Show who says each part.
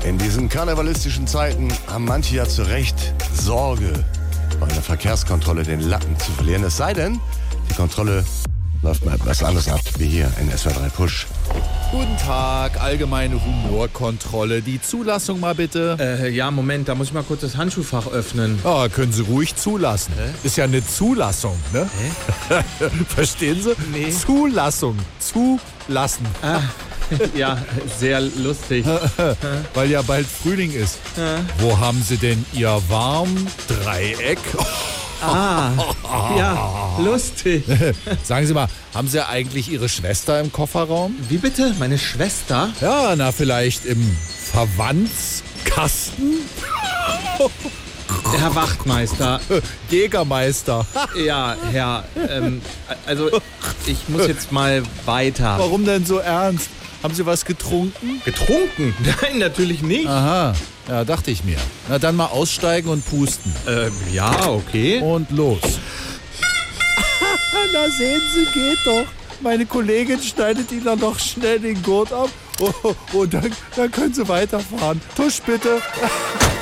Speaker 1: In diesen karnevalistischen Zeiten haben manche ja zu Recht Sorge, bei einer Verkehrskontrolle den Lappen zu verlieren. Es sei denn, die Kontrolle läuft mal etwas anders ab, wie hier in SWR3 Push.
Speaker 2: Guten Tag, allgemeine Humorkontrolle. Die Zulassung mal bitte.
Speaker 3: Ja, Moment, da muss ich mal kurz das Handschuhfach öffnen.
Speaker 2: Ah, können Sie ruhig zulassen. Ist ja eine Zulassung, ne? Verstehen Sie?
Speaker 3: Nee.
Speaker 2: Zulassung. Zulassen.
Speaker 3: Ja, sehr lustig.
Speaker 2: Weil ja bald Frühling ist. Wo haben Sie denn Ihr Warmdreieck?
Speaker 3: Ja, lustig.
Speaker 2: Sagen Sie mal, haben Sie eigentlich Ihre Schwester im Kofferraum?
Speaker 3: Wie bitte? Meine Schwester?
Speaker 2: Ja, na vielleicht im Verwandtskasten?
Speaker 3: Herr Wachtmeister.
Speaker 2: Jägermeister.
Speaker 3: Ja, Herr, also ich muss jetzt mal weiter.
Speaker 2: Warum denn so ernst? Haben Sie was getrunken?
Speaker 3: Getrunken? Nein, natürlich nicht.
Speaker 2: Aha, ja, dachte ich mir. Na dann mal aussteigen und pusten.
Speaker 3: Ja, okay.
Speaker 2: Und los. Na sehen Sie, geht doch. Meine Kollegin schneidet Ihnen dann noch schnell den Gurt ab. Und dann können Sie weiterfahren. Tusch bitte.